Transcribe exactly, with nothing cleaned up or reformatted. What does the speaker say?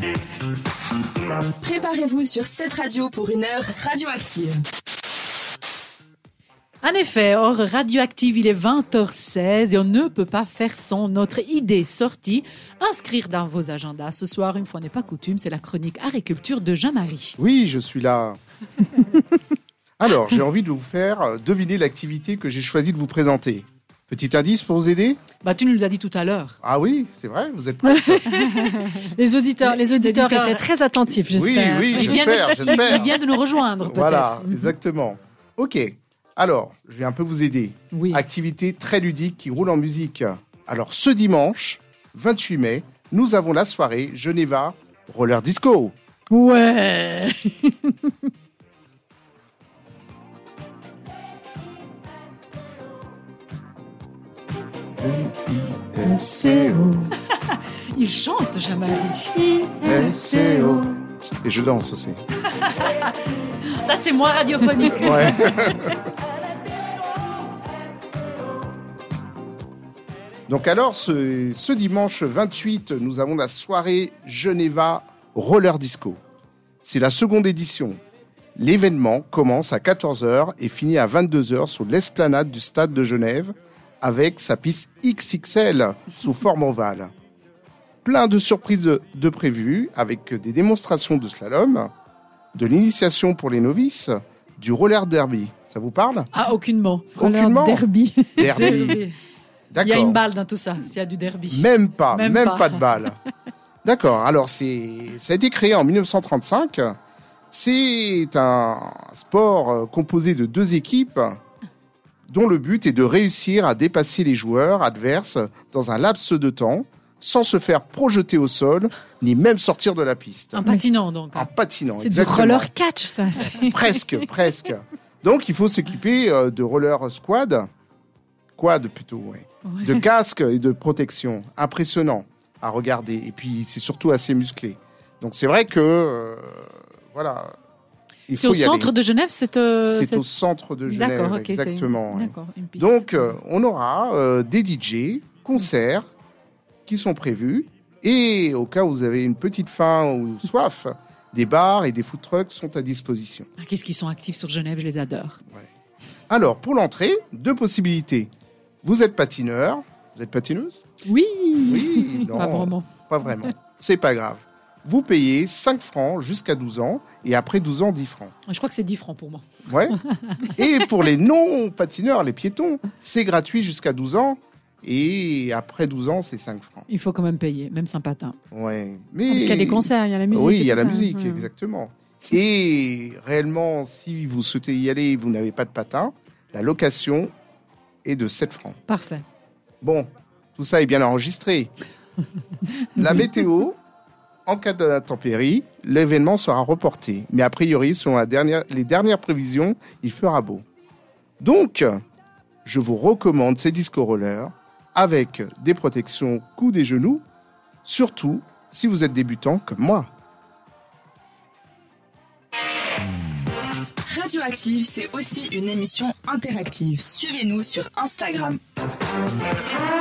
Préparez-vous sur cette radio pour une heure radioactive. En effet, hors radioactive, il est vingt heures seize et on ne peut pas faire sans notre idée sortie. Inscrire dans vos agendas ce soir, une fois n'est pas coutume, c'est la chronique Agriculture de Jean-Marie. Oui, je suis là. Alors, j'ai envie de vous faire deviner l'activité que j'ai choisi de vous présenter. Petit indice pour vous aider ? Bah, tu nous l'as dit tout à l'heure. Ah oui, c'est vrai, vous êtes prêts ? Les auditeurs, les auditeurs auditeurs étaient très attentifs, j'espère. Oui, oui, Ils viennent j'espère, de- j'espère. Ils viennent de nous rejoindre, peut-être. Voilà, Mhm. exactement. Ok, alors, je vais un peu vous aider. Oui. Activité très ludique qui roule en musique. Alors, ce dimanche, vingt-huit mai, nous avons la soirée Geneva Roller Disco. Ouais. Il chante, Jean-Marie. S C O. Et je danse aussi. Ça, c'est moins radiophonique. Ouais. Donc alors, ce, ce dimanche vingt-huit, nous avons la soirée Geneva Roller Disco. C'est la seconde édition. L'événement commence à quatorze heures et finit à vingt-deux heures sur l'esplanade du stade de Genève avec sa piste X X L sous forme ovale. Plein de surprises de, de prévues avec des démonstrations de slalom, de l'initiation pour les novices, du roller derby. Ça vous parle ? Ah, aucunement. Aucunement. Derby. Derby. Il D'accord. y a une balle dans tout ça, s'il y a du derby. Même pas, même, Même pas. pas. de balle. D'accord. Alors, c'est, ça a été créé en dix-neuf cent trente-cinq. C'est un sport euh, composé de deux équipes dont le but est de réussir à dépasser les joueurs adverses dans un laps de temps sans se faire projeter au sol ni même sortir de la piste. En patinant, donc. En patinant, C'est du exactement. roller catch, ça. c'est- Presque, presque. Donc, il faut s'équiper euh, de roller squad, quad plutôt, ouais. Ouais. de casque et de protection. Impressionnant à regarder. Et puis, c'est surtout assez musclé. Donc, c'est vrai que, euh, voilà, il C'est faut au y centre aller. de Genève, c'est... euh, C'est c'est- au centre de Genève, D'accord, ok. c'est une- exactement. ouais. D'accord, une piste. Donc, euh, on aura euh, des D J, concerts qui sont prévus. Et au cas où vous avez une petite faim ou soif, des bars et des food trucks sont à disposition. Ah, qu'est-ce qu'ils sont actifs sur Genève, je les adore. Alors, pour l'entrée, deux possibilités. Vous êtes patineur. Vous êtes patineuse ? Oui. Oui, non. Pas vraiment. Pas vraiment. C'est pas grave. Vous payez cinq francs jusqu'à douze ans et après douze ans, dix francs. Je crois que c'est dix francs pour moi. Ouais. Et pour les non-patineurs, les piétons, c'est gratuit jusqu'à douze ans et après douze ans, c'est cinq francs. Il faut quand même payer, même sans patin. Ouais. Mais... Parce qu'il y a des concerts, il y a la musique. Oui, et il y a tout la ça. musique, Ouais. exactement. Et réellement, si vous souhaitez y aller et vous n'avez pas de patin, la location est de sept francs. Parfait. Bon, tout ça est bien enregistré. La météo, en cas d'intempérie, l'événement sera reporté. Mais a priori, selon la dernière, les dernières prévisions, il fera beau. Donc, je vous recommande ces disco rollers avec des protections coudes et genoux, surtout si vous êtes débutant comme moi. Radioactive, c'est aussi une émission interactive. Suivez-nous sur Instagram.